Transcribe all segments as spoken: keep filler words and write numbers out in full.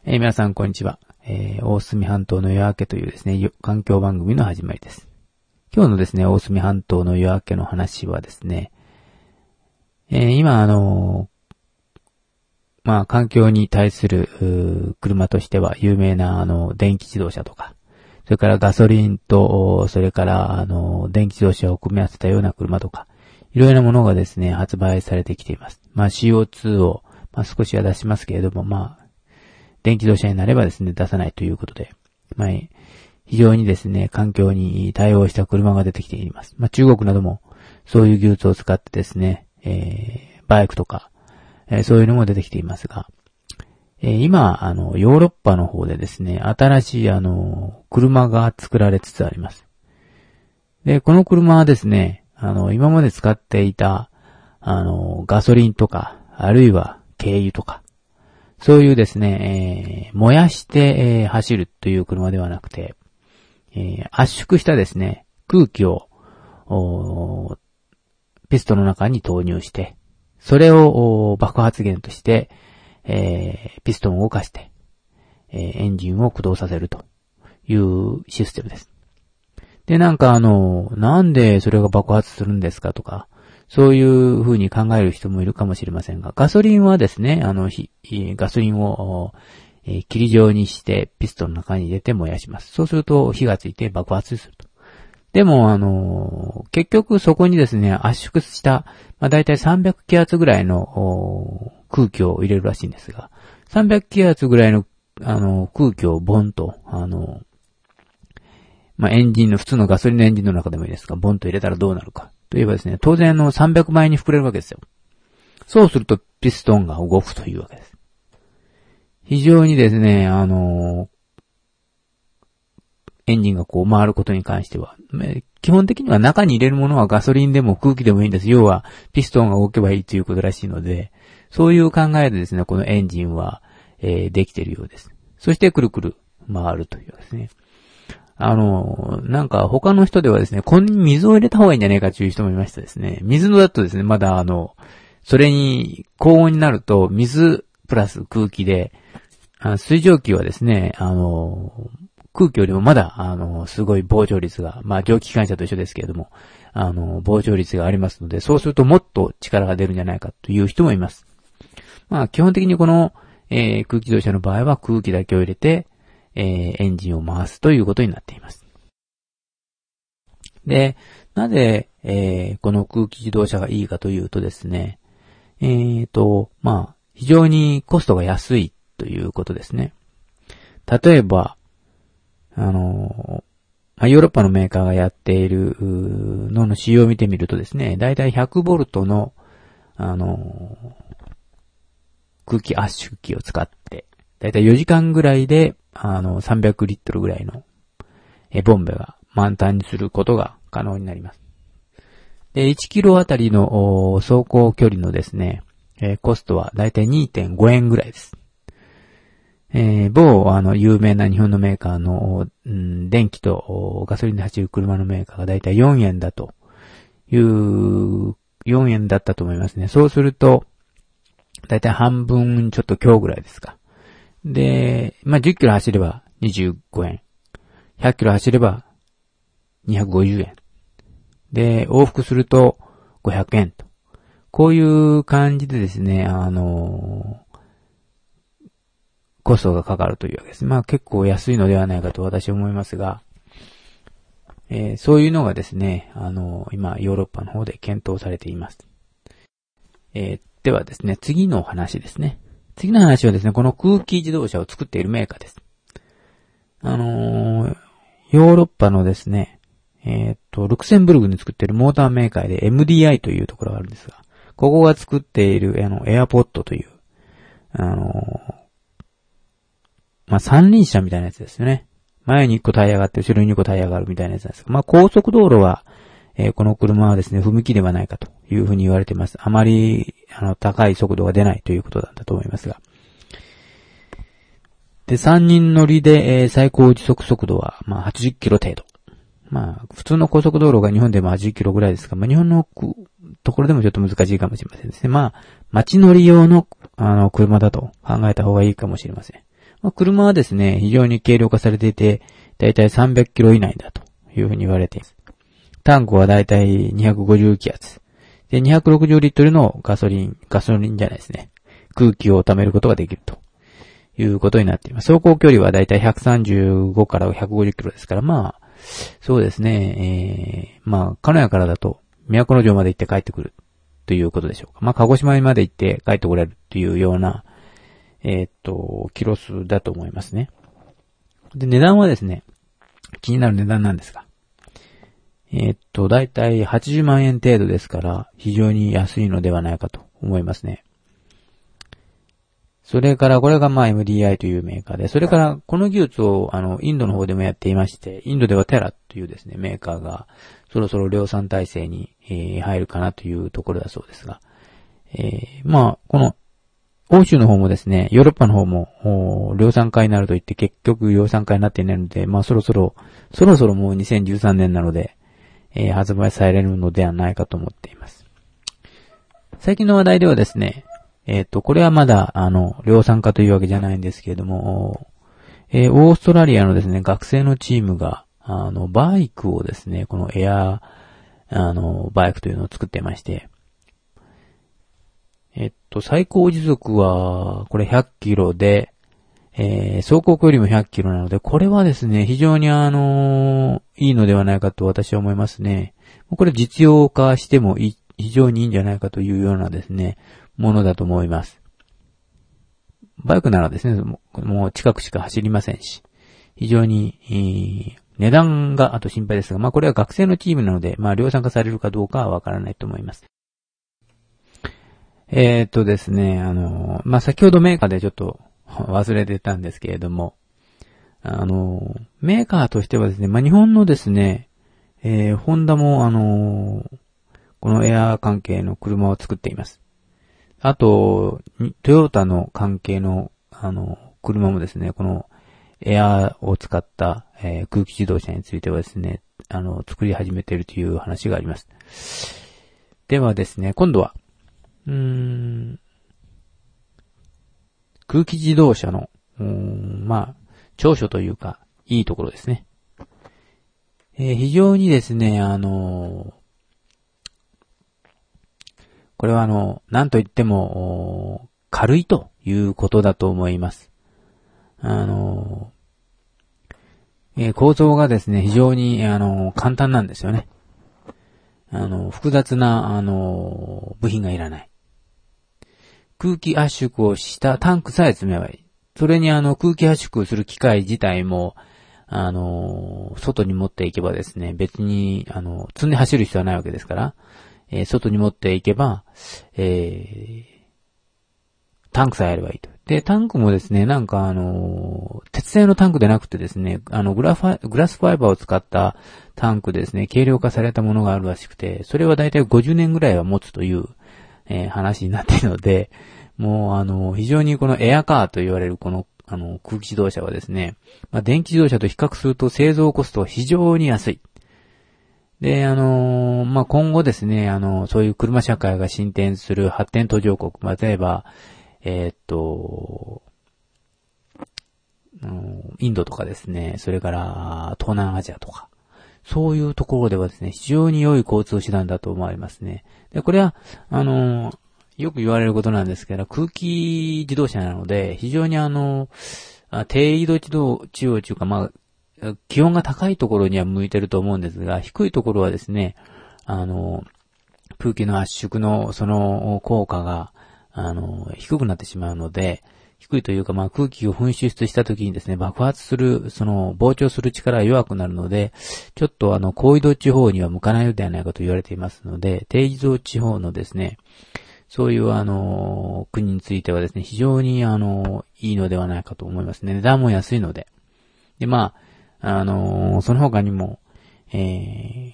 えー、皆さんこんにちは、えー、大隅半島の夜明けというですね、環境番組の始まりです。今日のですね、大隅半島の夜明けの話はですね、えー、今あのー、まあ環境に対する車としては有名なあの電気自動車とか、それからガソリンとそれからあの電気自動車を組み合わせたような車とか、いろいろなものがですね発売されてきています。まあ シーオーツー を、まあ、少しは出しますけれども、まあ電気自動車になればですね出さないということで、まあ非常にですね環境に対応した車が出てきています。まあ中国などもそういう技術を使ってですね、えー、バイクとか、えー、そういうのも出てきていますが、えー、今あのヨーロッパの方でですね新しいあの車が作られつつあります。でこの車はですねあの今まで使っていたあのガソリンとかあるいは軽油とかそういうですね、えー、燃やして、えー、走るという車ではなくて、えー、圧縮したですね、空気をピストンの中に投入して、それを爆発源として、えー、ピストンを動かして、えー、エンジンを駆動させるというシステムです。で、なんかあの、なんでそれが爆発するんですかとか、そういう風に考える人もいるかもしれませんが、ガソリンはですね、あの、ガソリンを、えー、霧状にしてピストンの中に入れて燃やします。そうすると火がついて爆発すると。でも、あのー、結局そこにですね、圧縮した、まあ、だいたいさんびゃくキロワットぐらいの空気を入れるらしいんですが、さんびゃくキロワットぐらいの、あのー、空気をボンと、あのー、まあ、エンジンの、普通のガソリンのエンジンの中でもいいですが、ボンと入れたらどうなるか。といえばですね、当然あのさんびゃくばいに膨れるわけですよ。そうするとピストンが動くというわけです。非常にですね、あのー、エンジンがこう回ることに関しては、基本的には中に入れるものはガソリンでも空気でもいいんです。要はピストンが動けばいいということらしいので、そういう考えでですね、このエンジンは、えー、できているようです。そしてくるくる回るというですね。あの、なんか他の人ではですね、こんに水を入れた方がいいんじゃないかという人もいましたですね。水のだとですね、まだあの、それに高温になると水プラス空気で、あの水蒸気はですね、あの、空気よりもまだ、あの、すごい膨張率が、まあ蒸気機関車と一緒ですけれども、あの、膨張率がありますので、そうするともっと力が出るんじゃないかという人もいます。まあ基本的にこの、えー、空気自動車の場合は空気だけを入れて、えー、エンジンを回すということになっています。で、なぜ、えー、この空気自動車がいいかというとですね、えーと、まあ、非常にコストが安いということですね。例えば、あの、まあ、ヨーロッパのメーカーがやっているのの仕様を見てみるとですね、だいたいひゃくボルトの、あの、空気圧縮機を使って、だいたいよじかんぐらいで、あの、さんびゃくリットルぐらいの、え、ボンベが満タンにすることが可能になります。で、いちキロあたりの走行距離のですね、えー、コストはだいたい にてんごえんぐらいです。えー、某、あの、有名な日本のメーカーの、うん、電気とガソリンで走る車のメーカーがだいたいよんえんだという、よんえんだったと思いますね。そうすると、だいたい半分ちょっと強ぐらいですか。で、まあ、じゅっキロ走ればにじゅうごえん。ひゃっキロ走ればにひゃくごじゅうえん。で、往復するとごひゃくえんと。こういう感じでですね、あのー、コストがかかるというわけです。まあ結構安いのではないかと私は思いますが、えー、そういうのがですね、あのー、今ヨーロッパの方で検討されています。えー、ではですね、次の話ですね。次の話はですね、この空気自動車を作っているメーカーです。あのー、ヨーロッパのですね、えっと、ルクセンブルグに作っているモーターメーカーで エムディーアイ というところがあるんですが、ここが作っている、あの、エアポッドという、あのー、まあ、三輪車みたいなやつですよね。前にいっこタイヤがあって、後ろににこタイヤがあるみたいなやつなんですが、まあ、高速道路は、えー、この車はですね、踏切ではないかというふうに言われています。あまり、あの、高い速度が出ないということだったと思いますが。で、さんにん乗りで、えー、最高時速速度は、まあ、はちじゅっキロ程度。まあ、普通の高速道路が日本でもはちじゅっキロぐらいですが、まあ、日本のところでもちょっと難しいかもしれませんですね。まあ、街乗り用の、あの、車だと考えた方がいいかもしれません。 まあ、車はですね、非常に軽量化されていて、だいたいさんびゃくキロ以内だというふうに言われています。タンクはだいたいにひゃくごじゅう気圧。で、にひゃくろくじゅうリットルのガソリン、ガソリンじゃないですね。空気を貯めることができるということになっています。走行距離はだいたいひゃくさんじゅうごからひゃくごじゅっキロですから、まあ、そうですね、えー、まあ、金谷からだと、都城まで行って帰ってくるということでしょうか。まあ、鹿児島まで行って帰ってこれるというような、えー、っと、キロ数だと思いますね。で、値段はですね、気になる値段なんですが、えー、っと、だいたいはちじゅうまんえん程度ですから、非常に安いのではないかと思いますね。それから、これがまあ エムディーアイ というメーカーで、それからこの技術をあの、インドの方でもやっていまして、インドではテラというですね、メーカーがそろそろ量産体制に、えー、入るかなというところだそうですが、えー、まあ、この、欧州の方もですね、ヨーロッパの方も、量産化になると言って結局量産化になっていないので、まあそろそろ、そろそろもうにせんじゅうさんねんなので、えー、発売されるのではないかと思っています。最近の話題ではですね、えっと、これはまだ、あの、量産化というわけじゃないんですけれども、えー、オーストラリアのですね、学生のチームが、あの、バイクをですね、このエア、あの、バイクというのを作っていまして、えっと、最高時速は、これひゃっキロで、えー、走行距離もひゃっキロなので、これはですね、非常にあのー、いいのではないかと私は思いますね。これ実用化してもいい、非常にいいんじゃないかというようなですね、ものだと思います。バイクならですね、もう近くしか走りませんし、非常に、えー、値段があと心配ですが、まあこれは学生のチームなので、まあ量産化されるかどうかはわからないと思います。えーっとですね、あの、まあ先ほどメーカーでちょっと忘れてたんですけれども、あの、メーカーとしてはですね、まあ日本のですね、えー、ホンダもあの、このエアー関係の車を作っています。あと、トヨタの関係の、あの、車もですね、このエアーを使った、えー、空気自動車についてはですね、あの、作り始めているという話があります。ではですね、今度は、うーん、空気自動車の、うーん、まあ、長所というか、いいところですね。えー、非常にですね、あのー、これはあの、なんといっても、軽いということだと思います。あの、えー、構造がですね、非常に、あの、簡単なんですよね。あの、複雑な、あの、部品がいらない。空気圧縮をしたタンクさえ積めばいい。それにあの、空気圧縮する機械自体も、あの、外に持っていけばですね、別に、あの、積んで走る必要はないわけですから、えー、外に持っていけば、えー、タンクさえあればいいと。で、タンクもですね、なんかあのー、鉄製のタンクでなくてですね、あの、グラファ、グラスファイバーを使ったタンクですね、軽量化されたものがあるらしくて、それはだいたいごじゅうねんぐらいは持つという、えー、話になっているので、もうあの、非常にこのエアカーと言われるこの、あの、空気自動車はですね、まあ、電気自動車と比較すると製造コストは非常に安い。で、あのー、まあ、今後ですね、あの、そういう車社会が進展する発展途上国、まあ、例えば、えー、っと、インドとかですね、それから東南アジアとか、そういうところではですね、非常に良い交通手段だと思われますね。で、これは、あのー、よく言われることなんですけど、空気自動車なので、非常にあの、低緯度自動、地方というか、まあ、気温が高いところには向いてると思うんですが、低いところはですね、あの、空気の圧縮のその効果が、あの、低くなってしまうので、低いというか、まあ空気を噴出した時にですね、爆発する、その、膨張する力が弱くなるので、ちょっとあの、高緯度地方には向かないのではないかと言われていますので、低緯度地方のですね、そういうあの、国についてはですね、非常にあの、いいのではないかと思いますね。値段も安いので。で、まあ、あの、その他にも、えー、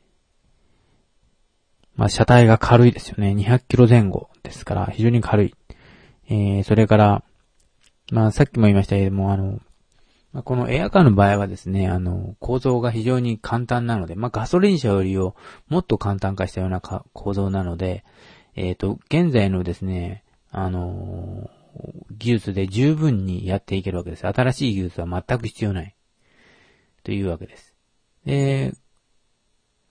まあ、車体が軽いですよね。にひゃくキロ前後ですから、非常に軽い。えー、それから、まあ、さっきも言いましたけれども、あの、このエアカーの場合はですね、あの、構造が非常に簡単なので、まあ、ガソリン車よりをもっと簡単化したような構造なので、えっと、現在のですね、あの、 技術で十分にやっていけるわけです。新しい技術は全く必要ない。というわけです。で、